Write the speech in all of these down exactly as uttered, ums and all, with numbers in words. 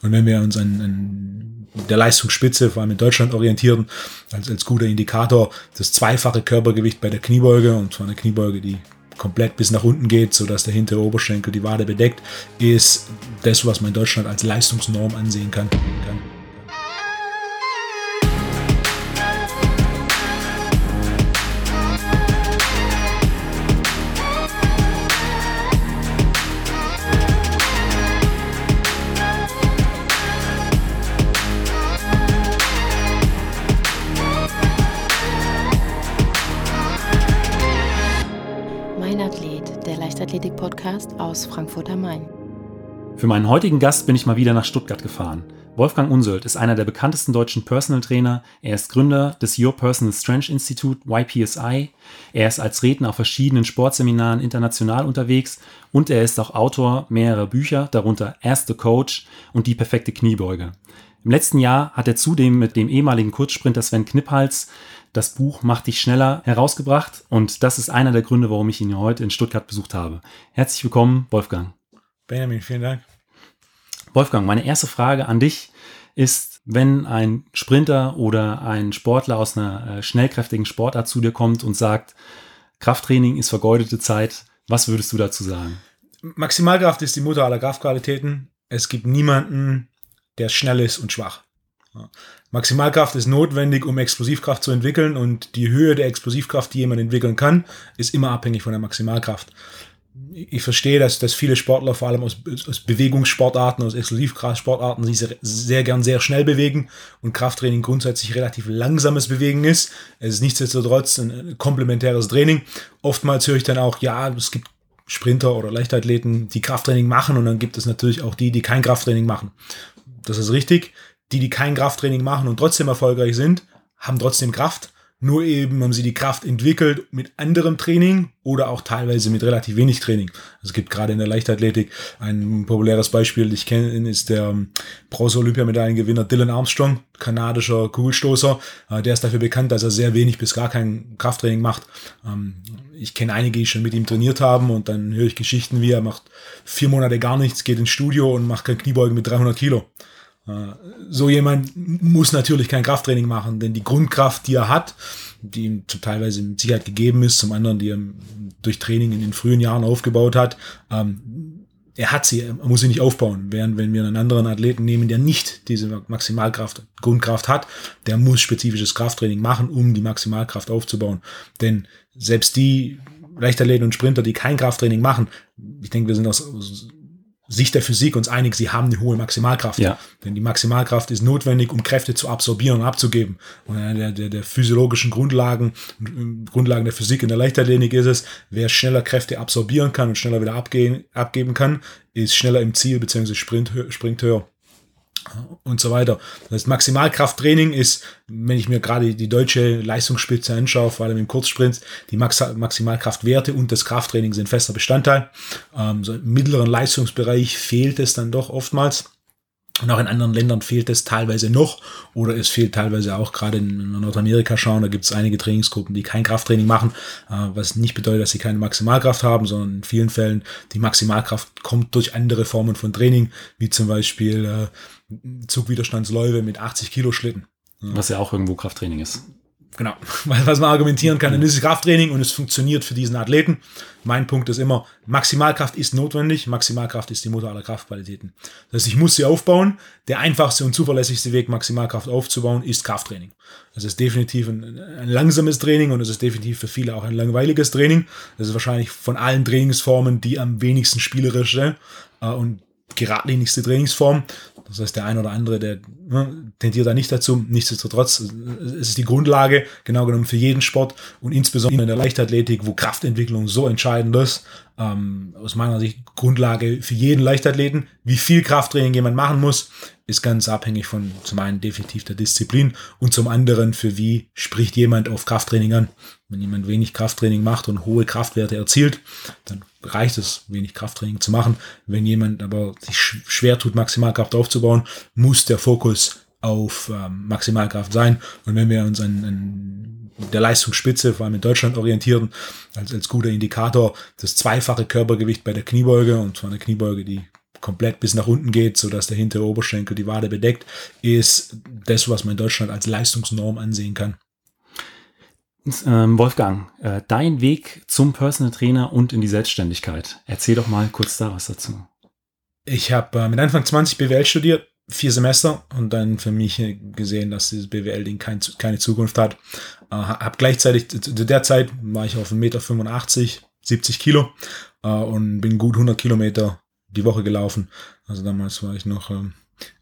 Und wenn wir uns an, an der Leistungsspitze, vor allem in Deutschland, orientieren, als, als guter Indikator das zweifache Körpergewicht bei der Kniebeuge, und zwar eine Kniebeuge, die komplett bis nach unten geht, sodass der hintere Oberschenkel die Wade bedeckt, ist das, was man in Deutschland als Leistungsnorm ansehen kann. kann. Leichtathletik-Podcast aus Frankfurt am Main. Für meinen heutigen Gast bin ich mal wieder nach Stuttgart gefahren. Wolfgang Unsöld ist einer der bekanntesten deutschen Personal Trainer. Er ist Gründer des Your Personal Strength Institute, Y P S I. Er ist als Redner auf verschiedenen Sportseminaren international unterwegs und er ist auch Autor mehrerer Bücher, darunter Ask the Coach und Die perfekte Kniebeuge. Im letzten Jahr hat er zudem mit dem ehemaligen Kurzsprinter Sven Kniphals das Buch Mach dich schneller herausgebracht und das ist einer der Gründe, warum ich ihn heute in Stuttgart besucht habe. Herzlich willkommen, Wolfgang. Benjamin, vielen Dank. Wolfgang, meine erste Frage an dich ist, wenn ein Sprinter oder ein Sportler aus einer äh, schnellkräftigen Sportart zu dir kommt und sagt, Krafttraining ist vergeudete Zeit, was würdest du dazu sagen? Maximalkraft ist die Mutter aller Kraftqualitäten. Es gibt niemanden, der schnell ist und schwach. Ja. Maximalkraft ist notwendig, um Explosivkraft zu entwickeln, und die Höhe der Explosivkraft, die jemand entwickeln kann, ist immer abhängig von der Maximalkraft. Ich verstehe, dass, dass viele Sportler, vor allem aus, aus Bewegungssportarten, aus Explosivkraftsportarten, sich sehr, sehr gern sehr schnell bewegen und Krafttraining grundsätzlich relativ langsames Bewegen ist. Es ist nichtsdestotrotz ein komplementäres Training. Oftmals höre ich dann auch, ja, es gibt Sprinter oder Leichtathleten, die Krafttraining machen, und dann gibt es natürlich auch die, die kein Krafttraining machen. Das ist richtig. Die, die kein Krafttraining machen und trotzdem erfolgreich sind, haben trotzdem Kraft. Nur eben haben sie die Kraft entwickelt mit anderem Training oder auch teilweise mit relativ wenig Training. Also es gibt gerade in der Leichtathletik ein populäres Beispiel, das ich kenne, ist der Bronze-Olympiamedaillengewinner Dylan Armstrong, kanadischer Kugelstoßer. Der ist dafür bekannt, dass er sehr wenig bis gar kein Krafttraining macht. Ich kenne einige, die schon mit ihm trainiert haben, und dann höre ich Geschichten, wie er macht vier Monate gar nichts, geht ins Studio und macht kein Kniebeugen mit dreihundert Kilo. So jemand muss natürlich kein Krafttraining machen, denn die Grundkraft, die er hat, die ihm zum teilweise mit Sicherheit gegeben ist, zum anderen, die er durch Training in den frühen Jahren aufgebaut hat, ähm, er hat sie, er muss sie nicht aufbauen. Während wenn wir einen anderen Athleten nehmen, der nicht diese Maximalkraft, Grundkraft hat, der muss spezifisches Krafttraining machen, um die Maximalkraft aufzubauen. Denn selbst die Leichtathleten und Sprinter, die kein Krafttraining machen, ich denke, wir sind aus, aus Sicht der Physik uns einig, sie haben eine hohe Maximalkraft. Ja. Denn die Maximalkraft ist notwendig, um Kräfte zu absorbieren und abzugeben. Und eine der, der, der physiologischen Grundlagen, Grundlagen der Physik in der Leichtathletik ist es, wer schneller Kräfte absorbieren kann und schneller wieder abgehen, abgeben kann, ist schneller im Ziel bzw. Sprint, springt höher. Und so weiter. Das heißt, Maximalkrafttraining ist, wenn ich mir gerade die deutsche Leistungsspitze anschaue, vor allem im Kurzsprint, die Max- Maximalkraftwerte und das Krafttraining sind fester Bestandteil. Ähm, so im mittleren Leistungsbereich fehlt es dann doch oftmals. Und auch in anderen Ländern fehlt es teilweise noch, oder es fehlt teilweise auch, gerade in Nordamerika schauen, da gibt es einige Trainingsgruppen, die kein Krafttraining machen, was nicht bedeutet, dass sie keine Maximalkraft haben, sondern in vielen Fällen die Maximalkraft kommt durch andere Formen von Training, wie zum Beispiel äh, Zugwiderstandsläufe mit achtzig Kilo Schlitten. Was ja auch irgendwo Krafttraining ist. Genau, weil was man argumentieren kann, dann ist es Krafttraining und es funktioniert für diesen Athleten. Mein Punkt ist immer, Maximalkraft ist notwendig, Maximalkraft ist die Mutter aller Kraftqualitäten. Das heißt, ich muss sie aufbauen. Der einfachste und zuverlässigste Weg, Maximalkraft aufzubauen, ist Krafttraining. Das ist definitiv ein, ein langsames Training und es ist definitiv für viele auch ein langweiliges Training. Das ist wahrscheinlich von allen Trainingsformen die am wenigsten spielerische äh, und geradlinigste Trainingsform. Das heißt, der ein oder andere, der ne, tendiert da nicht dazu. Nichtsdestotrotz, es ist die Grundlage, genau genommen für jeden Sport und insbesondere in der Leichtathletik, wo Kraftentwicklung so entscheidend ist. Ähm, aus meiner Sicht Grundlage für jeden Leichtathleten. Wie viel Krafttraining jemand machen muss, ist ganz abhängig von zum einen definitiv der Disziplin und zum anderen für wie spricht jemand auf Krafttraining an. Wenn jemand wenig Krafttraining macht und hohe Kraftwerte erzielt, dann reicht es, wenig Krafttraining zu machen. Wenn jemand aber sich schwer tut, Maximalkraft aufzubauen, muss der Fokus auf ähm, Maximalkraft sein. Und wenn wir uns an, an der Leistungsspitze, vor allem in Deutschland, orientieren, als, als guter Indikator das zweifache Körpergewicht bei der Kniebeuge, und zwar eine Kniebeuge, die komplett bis nach unten geht, sodass der hintere Oberschenkel die Wade bedeckt, ist das, was man in Deutschland als Leistungsnorm ansehen kann. Ähm, Wolfgang, äh, dein Weg zum Personal Trainer und in die Selbstständigkeit. Erzähl doch mal kurz da was dazu. Ich habe äh, mit Anfang zwanzig B W L studiert, vier Semester, und dann für mich gesehen, dass dieses B W L-Ding kein, keine Zukunft hat. Äh, habe gleichzeitig, zu der Zeit war ich auf eins Komma fünfundachtzig Meter, siebzig Kilo äh, und bin gut hundert Kilometer die Woche gelaufen. Also damals war ich noch ähm,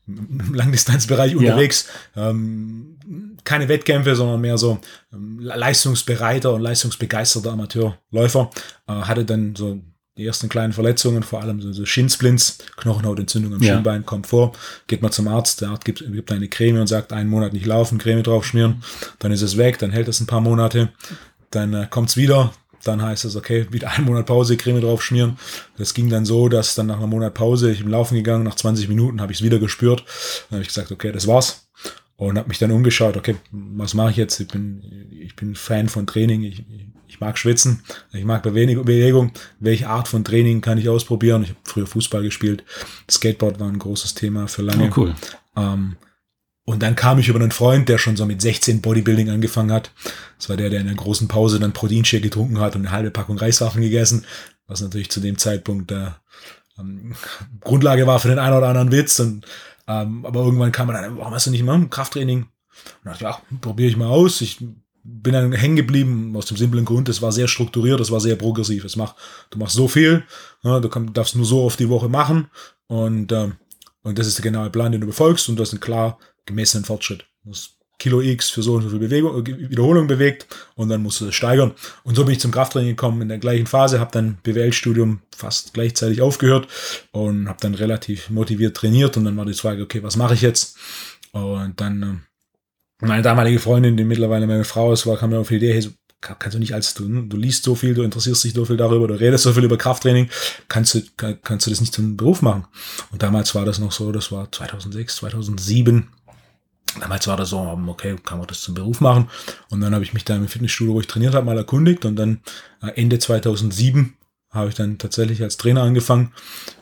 im Langdistanzbereich unterwegs. Ja. Ähm, keine Wettkämpfe, sondern mehr so ähm, leistungsbereiter und leistungsbegeisterter Amateurläufer. Äh, hatte dann so die ersten kleinen Verletzungen, vor allem so, so Shinsplints, Knochenhautentzündung am ja. Schienbein, kommt vor. Geht man zum Arzt, der Arzt gibt, gibt eine Creme und sagt, einen Monat nicht laufen, Creme drauf schmieren. Dann ist es weg, dann hält es ein paar Monate. Dann äh, kommt es wieder. Dann heißt es, okay, wieder einen Monat Pause, Creme drauf schmieren. Das ging dann so, dass dann nach einem Monat Pause, ich bin laufen gegangen, nach zwanzig Minuten habe ich es wieder gespürt. Dann habe ich gesagt, okay, das war's. Und habe mich dann umgeschaut, okay, was mache ich jetzt? Ich bin, ich bin Fan von Training, ich, ich mag schwitzen, ich mag Bewegung. Welche Art von Training kann ich ausprobieren? Ich habe früher Fußball gespielt. Skateboard war ein großes Thema für lange. Oh, cool. Ähm, Und dann kam ich über einen Freund, der schon so mit sechzehn Bodybuilding angefangen hat. Das war der, der in einer großen Pause dann Proteinshake getrunken hat und eine halbe Packung Reiswaffeln gegessen, was natürlich zu dem Zeitpunkt der ähm, Grundlage war für den einen oder anderen Witz. Und, ähm, aber irgendwann kam man dann, warum hast du nicht mal Krafttraining? Und dachte, ja, probiere ich mal aus. Ich bin dann hängen geblieben aus dem simplen Grund, es war sehr strukturiert, es war sehr progressiv. Es macht, du machst so viel, ja, du kann, darfst nur so oft die Woche machen und, ähm, und das ist der genaue Plan, den du befolgst, und du hast einen klar gemessenen Fortschritt. Du hast Kilo X für so und so viel Bewegung, Wiederholung bewegt, und dann musst du das steigern. Und so bin ich zum Krafttraining gekommen in der gleichen Phase, habe dann B W L-Studium fast gleichzeitig aufgehört und habe dann relativ motiviert trainiert, und dann war die Frage, okay, was mache ich jetzt? Und dann äh, meine damalige Freundin, die mittlerweile meine Frau ist, war, kam mir auf die Idee, hey, so, kannst du nicht als du, du liest so viel, du interessierst dich so viel darüber, du redest so viel über Krafttraining, kannst du, kann, kannst du das nicht zum Beruf machen? Und damals war das noch so, das war zweitausendsechs, zweitausendsieben. Damals war das so, okay, kann man das zum Beruf machen? Und dann habe ich mich da im Fitnessstudio, wo ich trainiert habe, mal erkundigt, und dann Ende zweitausendsieben habe ich dann tatsächlich als Trainer angefangen,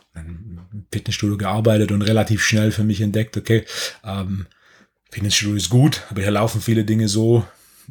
im Fitnessstudio gearbeitet und relativ schnell für mich entdeckt, okay, ähm, Fitnessstudio ist gut, aber hier laufen viele Dinge so,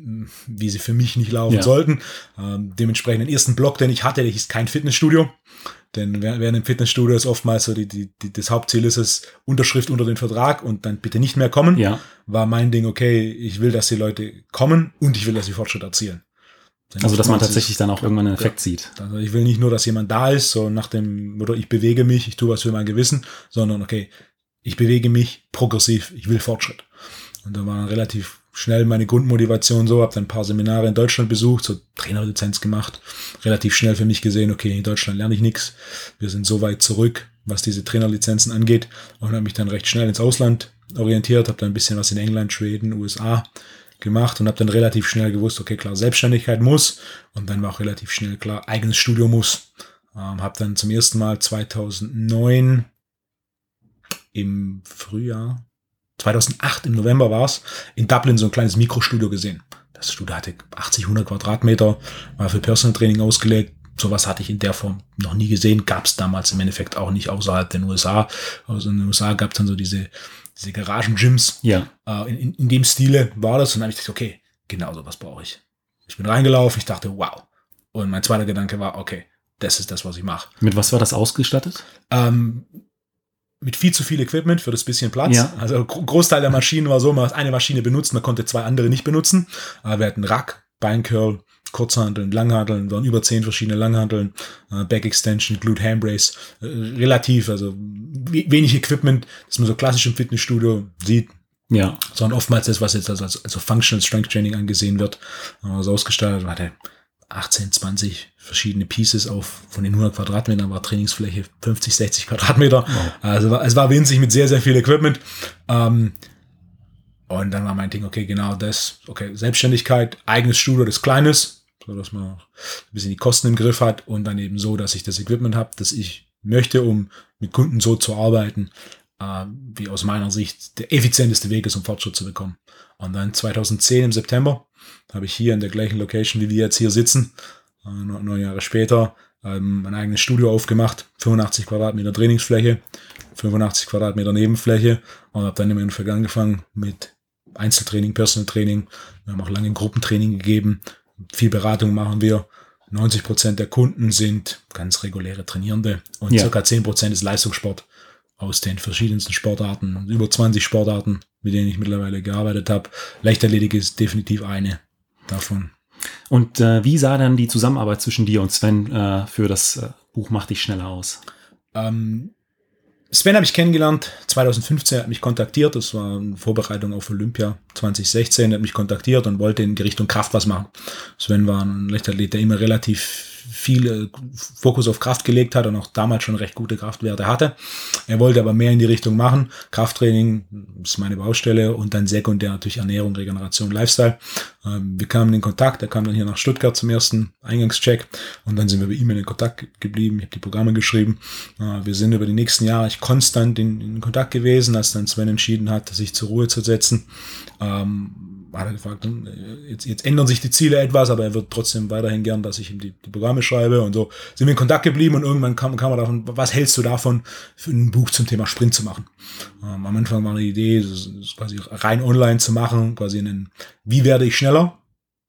wie sie für mich nicht laufen ja. sollten. Ähm, dementsprechend den ersten Blog, den ich hatte, der hieß kein Fitnessstudio. Denn während im Fitnessstudio ist oftmals so, die, die, die, das Hauptziel ist es, Unterschrift unter den Vertrag und dann bitte nicht mehr kommen. Ja. War mein Ding, okay, ich will, dass die Leute kommen und ich will, dass sie Fortschritt erzielen. Denn also, dass man tatsächlich ist, dann auch irgendwann einen Effekt ja, sieht. Also ich will nicht nur, dass jemand da ist, so nach dem, oder ich bewege mich, ich tue was für mein Gewissen, sondern okay, ich bewege mich progressiv, ich will Fortschritt. Und da war relativ schnell meine Grundmotivation so, habe dann ein paar Seminare in Deutschland besucht, so Trainerlizenz gemacht, relativ schnell für mich gesehen, okay, in Deutschland lerne ich nichts, wir sind so weit zurück, was diese Trainerlizenzen angeht, und habe mich dann recht schnell ins Ausland orientiert, habe dann ein bisschen was in England, Schweden, U S A gemacht und habe dann relativ schnell gewusst, okay, klar, Selbstständigkeit muss, und dann war auch relativ schnell klar, eigenes Studio muss. Ähm, habe dann zum ersten Mal zweitausendneun im Frühjahr, zweitausendacht im November war es, in Dublin so ein kleines Mikrostudio gesehen. Das Studio hatte achtzig, hundert Quadratmeter, war für Personal Training ausgelegt. Sowas hatte ich in der Form noch nie gesehen, gab es damals im Endeffekt auch nicht außerhalb den U S A. Also in den U S A gab es dann so diese, diese Garagen-Gyms. Ja. Äh, in, in dem Stile war das, und dann habe ich gedacht, okay, genau so was brauche ich. Ich bin reingelaufen, ich dachte, wow. Und mein zweiter Gedanke war, okay, das ist das, was ich mache. Mit was war das ausgestattet? Ähm, mit viel zu viel Equipment für das bisschen Platz. Ja. Also Großteil der Maschinen war so, man hat eine Maschine benutzt, man konnte zwei andere nicht benutzen. Aber wir hatten Rack, Beincurl, Kurzhanteln, Langhanteln, waren über zehn verschiedene Langhanteln, Back Extension, Glute Handbrace, relativ, also wenig Equipment, das man so klassisch im Fitnessstudio sieht. Ja. Sondern oftmals das, was jetzt also als, als Functional Strength Training angesehen wird, also ausgestattet, war der achtzehn, zwanzig verschiedene Pieces auf, von den hundert Quadratmetern war Trainingsfläche fünfzig, sechzig Quadratmeter. Wow. Also es war winzig mit sehr, sehr viel Equipment. Ähm, und dann war mein Ding, okay, genau das, okay, Selbstständigkeit, eigenes Studio, das Kleines, so dass man ein bisschen die Kosten im Griff hat, und dann eben so, dass ich das Equipment habe, das ich möchte, um mit Kunden so zu arbeiten, äh, wie aus meiner Sicht der effizienteste Weg ist, um Fortschritt zu bekommen. Und dann zweitausendzehn im September habe ich hier in der gleichen Location, wie wir jetzt hier sitzen, äh, neun Jahre später, ähm, mein eigenes Studio aufgemacht, fünfundachtzig Quadratmeter Trainingsfläche, fünfundachtzig Quadratmeter Nebenfläche und habe dann im Endeffekt angefangen mit Einzeltraining, Personal Training. Wir haben auch lange Gruppentraining gegeben. Viel Beratung machen wir. neunzig Prozent der Kunden sind ganz reguläre Trainierende und ja. Circa zehn Prozent ist Leistungssport aus den verschiedensten Sportarten. Über zwanzig Sportarten, mit denen ich mittlerweile gearbeitet habe. Leichtathletik ist definitiv eine davon. Und äh, wie sah dann die Zusammenarbeit zwischen dir und Sven äh, für das äh, Buch Mach dich schneller aus? Ähm, Sven habe ich kennengelernt, zwanzig fünfzehn hat mich kontaktiert, das war eine Vorbereitung auf Olympia zwanzig sechzehn, hat mich kontaktiert und wollte in Richtung Kraft was machen. Sven war ein Leichtathlet, der immer relativ viel Fokus auf Kraft gelegt hat und auch damals schon recht gute Kraftwerte hatte. Er wollte aber mehr in die Richtung machen. Krafttraining ist meine Baustelle und dann sekundär natürlich Ernährung, Regeneration, Lifestyle. Wir kamen in Kontakt, er kam dann hier nach Stuttgart zum ersten Eingangscheck und dann sind wir bei ihm in Kontakt geblieben. Ich habe die Programme geschrieben. Wir sind über die nächsten Jahre konstant in, in Kontakt gewesen, als dann Sven entschieden hat, sich zur Ruhe zu setzen. Ähm, hat er gefragt, jetzt, jetzt ändern sich die Ziele etwas, aber er wird trotzdem weiterhin gern, dass ich ihm die, die Programme schreibe und so sind wir in Kontakt geblieben und irgendwann kam, kam er davon, was hältst du davon, für ein Buch zum Thema Sprint zu machen? Ähm, am Anfang war die Idee, das, das quasi rein online zu machen, quasi einen, wie werde ich schneller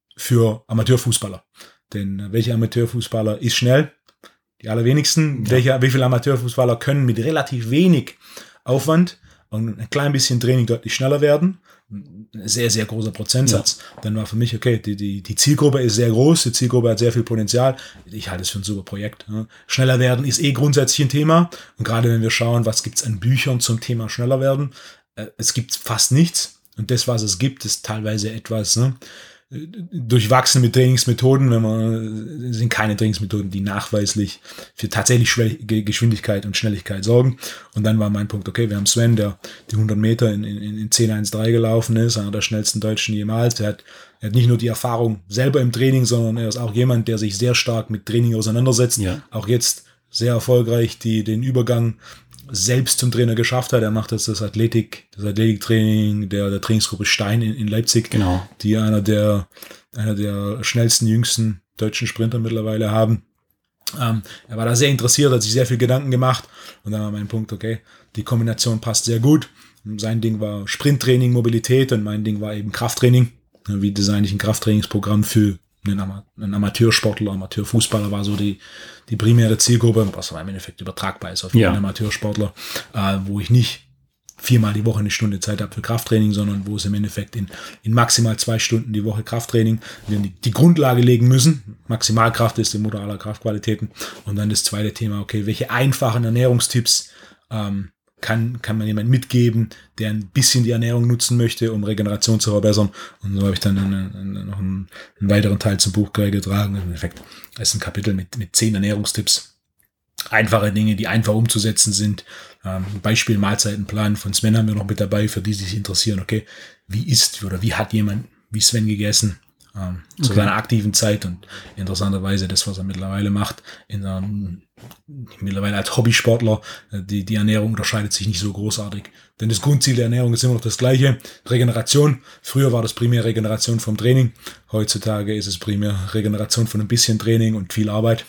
für Amateurfußballer? Denn welcher Amateurfußballer ist schnell? Die allerwenigsten. Ja. Welche, wie viele Amateurfußballer können mit relativ wenig Aufwand und ein klein bisschen Training deutlich schneller werden? Ein sehr, sehr großer Prozentsatz. Ja. Dann war für mich, okay, die, die, die Zielgruppe ist sehr groß, die Zielgruppe hat sehr viel Potenzial. Ich halte es für ein super Projekt. Ja. Schneller werden ist eh grundsätzlich ein Thema. Und gerade wenn wir schauen, was gibt's an Büchern zum Thema schneller werden, äh, es gibt fast nichts. Und das, was es gibt, ist teilweise etwas, ne, durchwachsen mit Trainingsmethoden, wenn man, sind keine Trainingsmethoden, die nachweislich für tatsächlich Geschwindigkeit und Schnelligkeit sorgen. Und dann war mein Punkt, okay, wir haben Sven, der die hundert Meter in, in, in zehn eins drei gelaufen ist, einer der schnellsten Deutschen jemals. Er hat, er hat nicht nur die Erfahrung selber im Training, sondern er ist auch jemand, der sich sehr stark mit Training auseinandersetzt. Ja. Auch jetzt sehr erfolgreich die, den Übergang selbst zum Trainer geschafft hat. Er macht jetzt das Athletik, das Athletiktraining der, der Trainingsgruppe Stein in, in Leipzig, genau, die einer der, einer der schnellsten, jüngsten deutschen Sprinter mittlerweile haben. Ähm, er war da sehr interessiert, hat sich sehr viel Gedanken gemacht und dann war mein Punkt, okay, die Kombination passt sehr gut. Sein Ding war Sprinttraining, Mobilität und mein Ding war eben Krafttraining. Wie designe ich ein Krafttrainingsprogramm für einen, Ama- einen Amateursportler, Amateurfußballer war so die, die primäre Zielgruppe, was aber im Endeffekt übertragbar ist auf jeden ja. Amateursportler, äh, wo ich nicht viermal die Woche eine Stunde Zeit habe für Krafttraining, sondern wo es im Endeffekt in, in maximal zwei Stunden die Woche Krafttraining, wir die, die Grundlage legen müssen. Maximalkraft ist die Mutter aller Kraftqualitäten. Und dann das zweite Thema, okay, welche einfachen Ernährungstipps ähm, kann, kann man jemand mitgeben, der ein bisschen die Ernährung nutzen möchte, um Regeneration zu verbessern. Und so habe ich dann eine, eine, noch einen, einen weiteren Teil zum Buch beigetragen. Im Endeffekt ist ein Kapitel mit, mit zehn Ernährungstipps. Einfache Dinge, die einfach umzusetzen sind. Ähm, Beispiel Mahlzeitenplan von Sven haben wir noch mit dabei, für die, die sich interessieren. Okay, wie isst oder wie hat jemand wie Sven gegessen ähm, okay. zu seiner aktiven Zeit und interessanterweise das, was er mittlerweile macht, in einem, mittlerweile als Hobbysportler, die, die Ernährung unterscheidet sich nicht so großartig. Denn das Grundziel der Ernährung ist immer noch das gleiche, Regeneration. Früher war das primär Regeneration vom Training. Heutzutage ist es primär Regeneration von ein bisschen Training und viel Arbeit.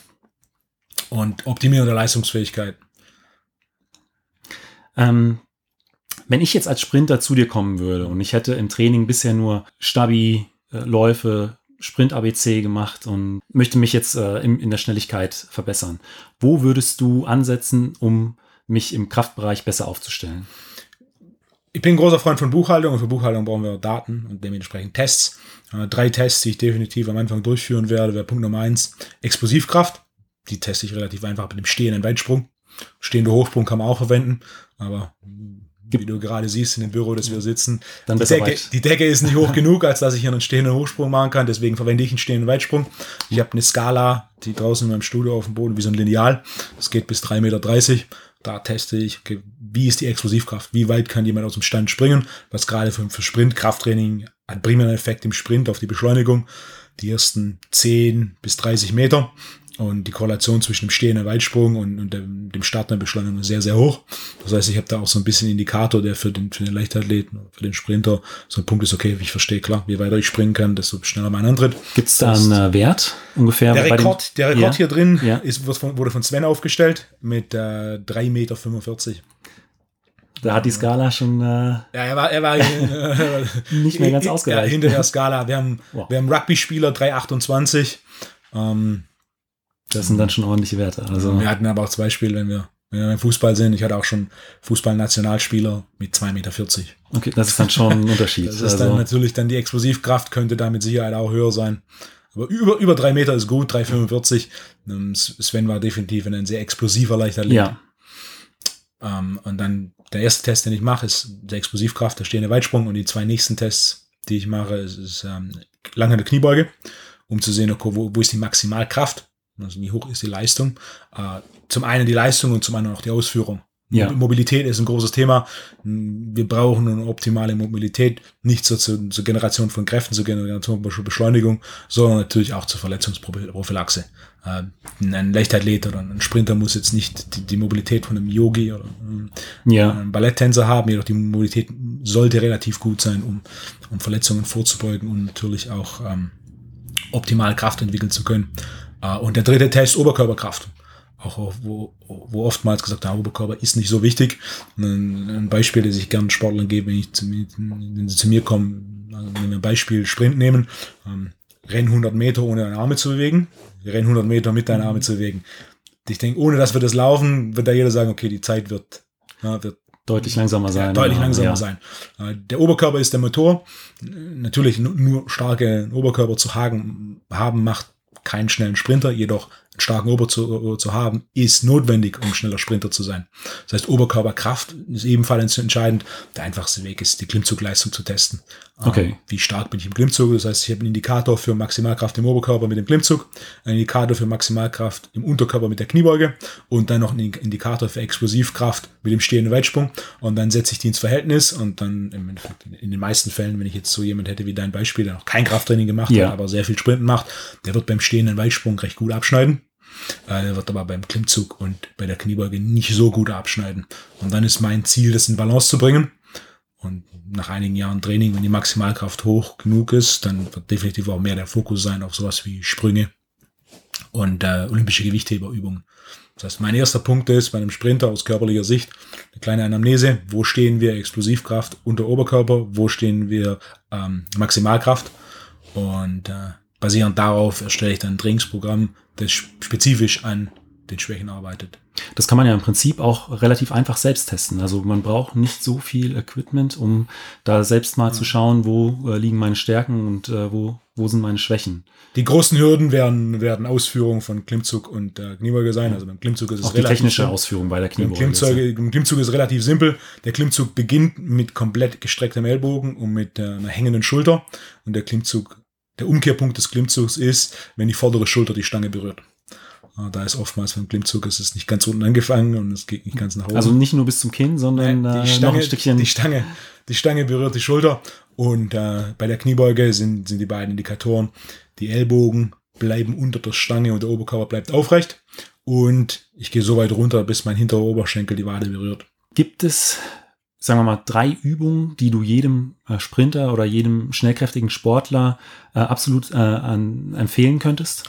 Und Optimierung der Leistungsfähigkeit. Ähm, wenn ich jetzt als Sprinter zu dir kommen würde und ich hätte im Training bisher nur Stabi, äh, Läufe, Sprint-A B C gemacht und möchte mich jetzt äh, in, in der Schnelligkeit verbessern, wo würdest du ansetzen, um mich im Kraftbereich besser aufzustellen? Ich bin ein großer Freund von Buchhaltung und für Buchhaltung brauchen wir Daten und dementsprechend Tests. Äh, drei Tests, die ich definitiv am Anfang durchführen werde, wäre Punkt Nummer eins, Explosivkraft. Die teste ich relativ einfach mit dem stehenden Weitsprung. Stehende Hochsprung kann man auch verwenden, aber wie du gerade siehst in dem Büro, das wir sitzen, Dann die, Decke, die Decke ist nicht hoch genug, als dass ich hier einen stehenden Hochsprung machen kann, deswegen verwende ich einen stehenden Weitsprung. Ich habe eine Skala, die draußen in meinem Studio auf dem Boden, wie so ein Lineal, das geht bis drei Meter dreißig. Da teste ich, okay, wie ist die Explosivkraft, wie weit kann jemand aus dem Stand springen, was gerade für, für Sprint, Krafttraining hat primären Effekt im Sprint auf die Beschleunigung. Die ersten zehn bis dreißig Meter. Und die Korrelation zwischen dem stehenden Weitsprung und, und dem, dem Start der Beschleunigung ist sehr, sehr hoch. Das heißt, ich habe da auch so ein bisschen Indikator, der für den, für den Leichtathleten, für den Sprinter so ein Punkt ist, okay, ich verstehe, klar, je weiter ich springen kann, desto schneller mein Antritt. Gibt es da einen äh, Wert ungefähr? Der bei Rekord, den, der Rekord ja, hier drin ja. ist, wurde von Sven aufgestellt mit äh, drei Meter fünfundvierzig. Da hat die Skala schon äh, ja, er war, er war äh, nicht mehr ganz ausgereicht. Ja, hinter der Skala. Wir haben, wow. wir haben Rugby-Spieler drei achtundzwanzig. Ähm, das sind dann schon ordentliche Werte. Also. Wir hatten aber auch zwei Spiele, wenn wir, wenn wir im Fußball sind. Ich hatte auch schon Fußball-Nationalspieler mit zwei Meter vierzig. Okay, das ist dann schon ein Unterschied. Das ist also. dann natürlich dann die Explosivkraft, könnte da mit Sicherheit auch höher sein. Aber über, über drei Meter ist gut, drei fünfundvierzig. Sven war definitiv ein sehr explosiver Leichtathlet. Ja. Um, und dann der erste Test, den ich mache, ist der Explosivkraft, der stehende Weitsprung. Und die zwei nächsten Tests, die ich mache, ist, ist ähm, lange Kniebeuge, um zu sehen, okay, wo, wo ist die Maximalkraft, also wie hoch ist die Leistung. Uh, zum einen die Leistung und zum anderen auch die Ausführung. Ja. Mobilität ist ein großes Thema. Wir brauchen eine optimale Mobilität, nicht so zur, zur Generation von Kräften, zur Generation von Beschleunigung, sondern natürlich auch zur Verletzungsprophylaxe. Ein Leichtathlet oder ein Sprinter muss jetzt nicht die, die Mobilität von einem Yogi oder ja. einem Balletttänzer haben, jedoch die Mobilität sollte relativ gut sein, um, um Verletzungen vorzubeugen und natürlich auch ähm, optimal Kraft entwickeln zu können. Und der dritte Test, Oberkörperkraft. Auch wo, wo oftmals gesagt wird, Oberkörper ist nicht so wichtig. Ein, ein Beispiel, das ich gerne Sportlern gebe, wenn, ich zu, wenn sie zu mir kommen, also wenn wir ein Beispiel Sprint nehmen, ähm, renn hundert Meter, ohne deine Arme zu bewegen, renn hundert Meter mit deinen Armen zu bewegen. Ich denke, ohne dass wir das laufen, wird da jeder sagen, okay, die Zeit wird, ja, wird deutlich langsamer sein. Ja, deutlich oder? langsamer ja. sein. Der Oberkörper ist der Motor. Natürlich nur starke Oberkörper zu haben, haben macht keinen schnellen Sprinter, jedoch einen starken Oberkörper zu, zu haben, ist notwendig, um schneller Sprinter zu sein. Das heißt, Oberkörperkraft ist ebenfalls entscheidend. Der einfachste Weg ist, die Klimmzugleistung zu testen. Okay. Wie stark bin ich im Klimmzug? Das heißt, ich habe einen Indikator für Maximalkraft im Oberkörper mit dem Klimmzug, einen Indikator für Maximalkraft im Unterkörper mit der Kniebeuge und dann noch einen Indikator für Explosivkraft mit dem stehenden Weitsprung. Und dann setze ich die ins Verhältnis und dann im Endeffekt in den meisten Fällen, wenn ich jetzt so jemand hätte wie dein Beispiel, der noch kein Krafttraining gemacht ja. hat, aber sehr viel Sprinten macht, der wird beim stehenden Weitsprung recht gut abschneiden. Er wird aber beim Klimmzug und bei der Kniebeuge nicht so gut abschneiden. Und dann ist mein Ziel, das in Balance zu bringen. Und nach einigen Jahren Training, wenn die Maximalkraft hoch genug ist, dann wird definitiv auch mehr der Fokus sein auf sowas wie Sprünge und äh, olympische Gewichtheberübungen. Das heißt, mein erster Punkt ist bei einem Sprinter aus körperlicher Sicht eine kleine Anamnese. Wo stehen wir Explosivkraft unter Oberkörper? Wo stehen wir ähm, Maximalkraft? Und äh, basierend darauf erstelle ich dann ein Trainingsprogramm, das spezifisch an den Schwächen arbeitet. Das kann man ja im Prinzip auch relativ einfach selbst testen. Also man braucht nicht so viel Equipment, um da selbst mal ja. zu schauen, wo äh, liegen meine Stärken und äh, wo, wo sind meine Schwächen. Die großen Hürden werden, werden Ausführungen von Klimmzug und äh, Kniebeuge sein. Also beim Klimmzug ist es auch relativ die technische simpel. Ausführung bei der Kniebeuge. Klimmzug, Im Klimmzug ist es relativ simpel. Der Klimmzug beginnt mit komplett gestrecktem Ellbogen und mit äh, einer hängenden Schulter. Und der Klimmzug, der Umkehrpunkt des Klimmzugs ist, wenn die vordere Schulter die Stange berührt. Da ist oftmals beim Klimmzug, es ist nicht ganz unten angefangen und es geht nicht ganz nach oben. Also nicht nur bis zum Kinn, sondern die äh, Stange, noch ein Stückchen. Die Stange, die Stange berührt die Schulter und äh, bei der Kniebeuge sind, sind die beiden Indikatoren, die Ellbogen bleiben unter der Stange und der Oberkörper bleibt aufrecht und ich gehe so weit runter, bis mein hinterer Oberschenkel die Wade berührt. Gibt es, sagen wir mal, drei Übungen, die du jedem äh, Sprinter oder jedem schnellkräftigen Sportler äh, absolut äh, an, empfehlen könntest?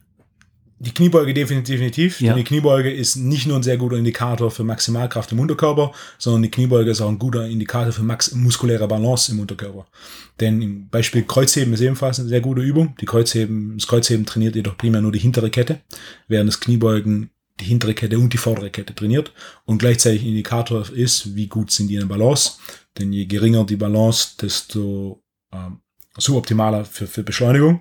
Die Kniebeuge definitiv. Ja. Denn die Kniebeuge ist nicht nur ein sehr guter Indikator für Maximalkraft im Unterkörper, sondern die Kniebeuge ist auch ein guter Indikator für max- muskuläre Balance im Unterkörper. Denn im Beispiel Kreuzheben ist ebenfalls eine sehr gute Übung. Die Kreuzheben, das Kreuzheben trainiert jedoch primär nur die hintere Kette, während das Kniebeugen die hintere Kette und die vordere Kette trainiert und gleichzeitig ein Indikator ist, wie gut sind die in der Balance. Denn je geringer die Balance, desto ähm, suboptimaler für, für Beschleunigung.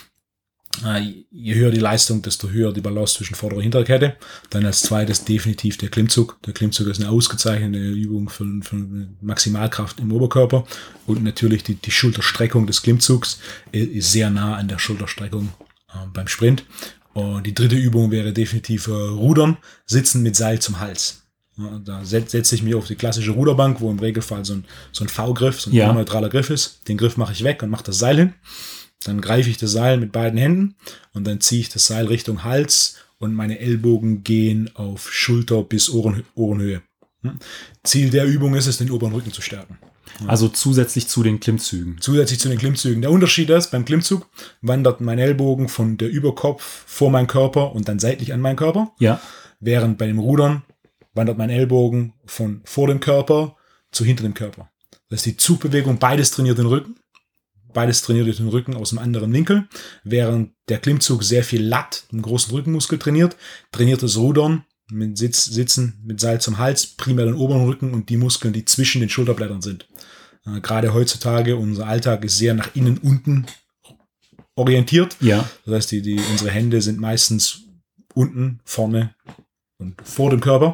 Je höher die Leistung, desto höher die Balance zwischen vorderer und hinterer Kette. Dann als zweites definitiv der Klimmzug. Der Klimmzug ist eine ausgezeichnete Übung für, für Maximalkraft im Oberkörper. Und natürlich die, die Schulterstreckung des Klimmzugs ist sehr nah an der Schulterstreckung äh, beim Sprint. Und die dritte Übung wäre definitiv äh, Rudern, Sitzen mit Seil zum Hals. Ja, da setze setz ich mich auf die klassische Ruderbank, wo im Regelfall so ein, so ein V-Griff, so ein ja. neutraler Griff ist. Den Griff mache ich weg und mache das Seil hin. Dann greife ich das Seil mit beiden Händen und dann ziehe ich das Seil Richtung Hals und meine Ellbogen gehen auf Schulter bis Ohren, Ohrenhöhe. Ziel der Übung ist es, den oberen Rücken zu stärken. Also zusätzlich zu den Klimmzügen. Zusätzlich zu den Klimmzügen. Der Unterschied ist, beim Klimmzug wandert mein Ellbogen von der Überkopf vor meinen Körper und dann seitlich an meinen Körper. Ja. Während bei dem Rudern wandert mein Ellbogen von vor dem Körper zu hinter dem Körper. Das ist die Zugbewegung, beides trainiert den Rücken. Beides trainiert den Rücken aus einem anderen Winkel. Während der Klimmzug sehr viel Lat, einen großen Rückenmuskel trainiert, trainiert das Rudern mit Sitz, Sitzen mit Seil zum Hals, primär den oberen Rücken und die Muskeln, die zwischen den Schulterblättern sind. Äh, gerade heutzutage, unser Alltag ist sehr nach innen unten orientiert. Ja. Das heißt, die, die, unsere Hände sind meistens unten, vorne und vor dem Körper.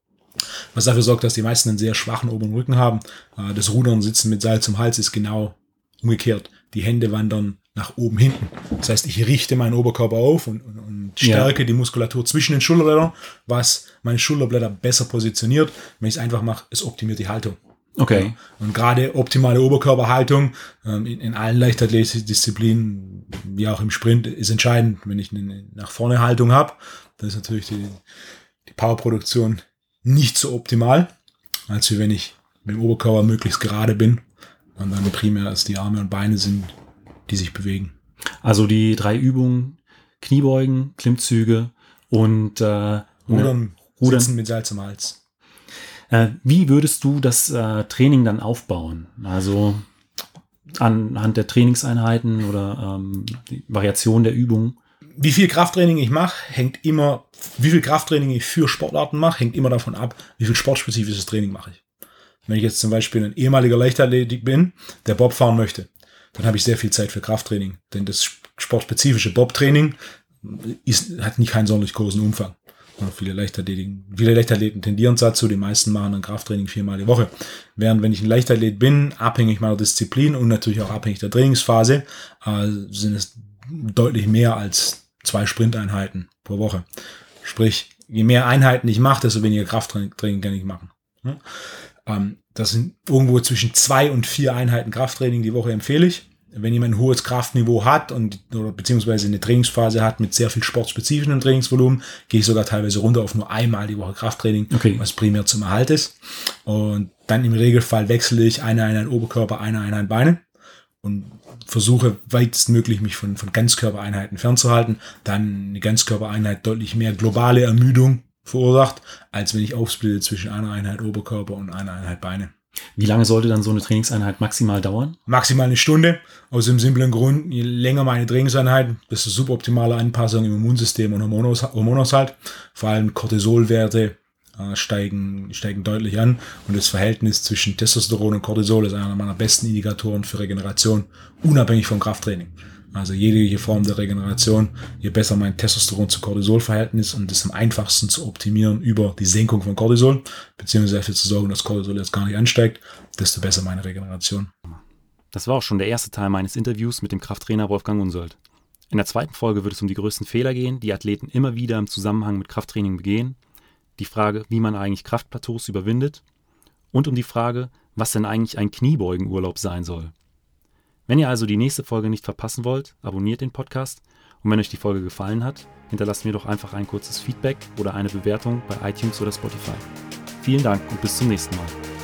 Was dafür sorgt, dass die meisten einen sehr schwachen oberen Rücken haben. Äh, das Rudern, Sitzen mit Seil zum Hals ist genau umgekehrt. Die Hände wandern nach oben hinten. Das heißt, ich richte meinen Oberkörper auf und, und, und stärke ja. die Muskulatur zwischen den Schulterblättern, was meine Schulterblätter besser positioniert. Wenn ich es einfach mache, es optimiert die Haltung. Okay. Ja. Und gerade optimale Oberkörperhaltung ähm, in, in allen Leichtathletik-Disziplinen, wie auch im Sprint, ist entscheidend. Wenn ich eine nach vorne Haltung habe, dann ist natürlich die, die Powerproduktion nicht so optimal, als wenn ich mit dem Oberkörper möglichst gerade bin und dann primär als die Arme und Beine sind, die sich bewegen. Also die drei Übungen, Kniebeugen, Klimmzüge und äh, Rudern, Rudern. Sitzen mit Seil zum Hals. Äh, wie würdest du das äh, Training dann aufbauen? Also anhand der Trainingseinheiten oder ähm, die Variation der Übungen? Wie viel Krafttraining ich mache, hängt immer, wie viel Krafttraining ich für Sportarten mache, hängt immer davon ab, wie viel sportspezifisches Training mache ich. Wenn ich jetzt zum Beispiel ein ehemaliger Leichtathlet bin, der Bob fahren möchte, dann habe ich sehr viel Zeit für Krafttraining. Denn das sportspezifische Bob-Training ist, hat nicht keinen sonderlich großen Umfang. Viele Leichtathleten, viele Leichtathleten tendieren dazu, die meisten machen ein Krafttraining viermal die Woche. Während wenn ich ein Leichtathlet bin, abhängig meiner Disziplin und natürlich auch abhängig der Trainingsphase, äh, sind es deutlich mehr als zwei Sprinteinheiten pro Woche. Sprich, je mehr Einheiten ich mache, desto weniger Krafttraining kann ich machen. Ja? Ähm, das sind irgendwo zwischen zwei und vier Einheiten Krafttraining die Woche empfehle ich. Wenn jemand ein hohes Kraftniveau hat und oder beziehungsweise eine Trainingsphase hat mit sehr viel sportspezifischem Trainingsvolumen, gehe ich sogar teilweise runter auf nur einmal die Woche Krafttraining, okay. was primär zum Erhalt ist. Und dann im Regelfall wechsle ich eine Einheit Oberkörper, eine Einheit Beine und versuche weitestmöglich mich von, von Ganzkörpereinheiten fernzuhalten. Dann eine Ganzkörpereinheit deutlich mehr globale Ermüdung verursacht, als wenn ich aufsplitte zwischen einer Einheit Oberkörper und einer Einheit Beine. Wie lange sollte dann so eine Trainingseinheit maximal dauern? Maximal eine Stunde. Aus dem simplen Grund, je länger meine Trainingseinheit, desto suboptimale Anpassung im Immunsystem und Hormonhaushalt. Vor allem Cortisolwerte äh, steigen, steigen deutlich an. Und das Verhältnis zwischen Testosteron und Cortisol ist einer meiner besten Indikatoren für Regeneration, unabhängig vom Krafttraining. Also jegliche Form der Regeneration, je besser mein Testosteron zu Cortisol-Verhältnis und das am einfachsten zu optimieren über die Senkung von Cortisol, beziehungsweise dafür zu sorgen, dass Cortisol jetzt gar nicht ansteigt, desto besser meine Regeneration. Das war auch schon der erste Teil meines Interviews mit dem Krafttrainer Wolfgang Unsold. In der zweiten Folge wird es um die größten Fehler gehen, die Athleten immer wieder im Zusammenhang mit Krafttraining begehen, die Frage, wie man eigentlich Kraftplateaus überwindet und um die Frage, was denn eigentlich ein Kniebeugenurlaub sein soll. Wenn ihr also die nächste Folge nicht verpassen wollt, abonniert den Podcast und wenn euch die Folge gefallen hat, hinterlasst mir doch einfach ein kurzes Feedback oder eine Bewertung bei iTunes oder Spotify. Vielen Dank und bis zum nächsten Mal.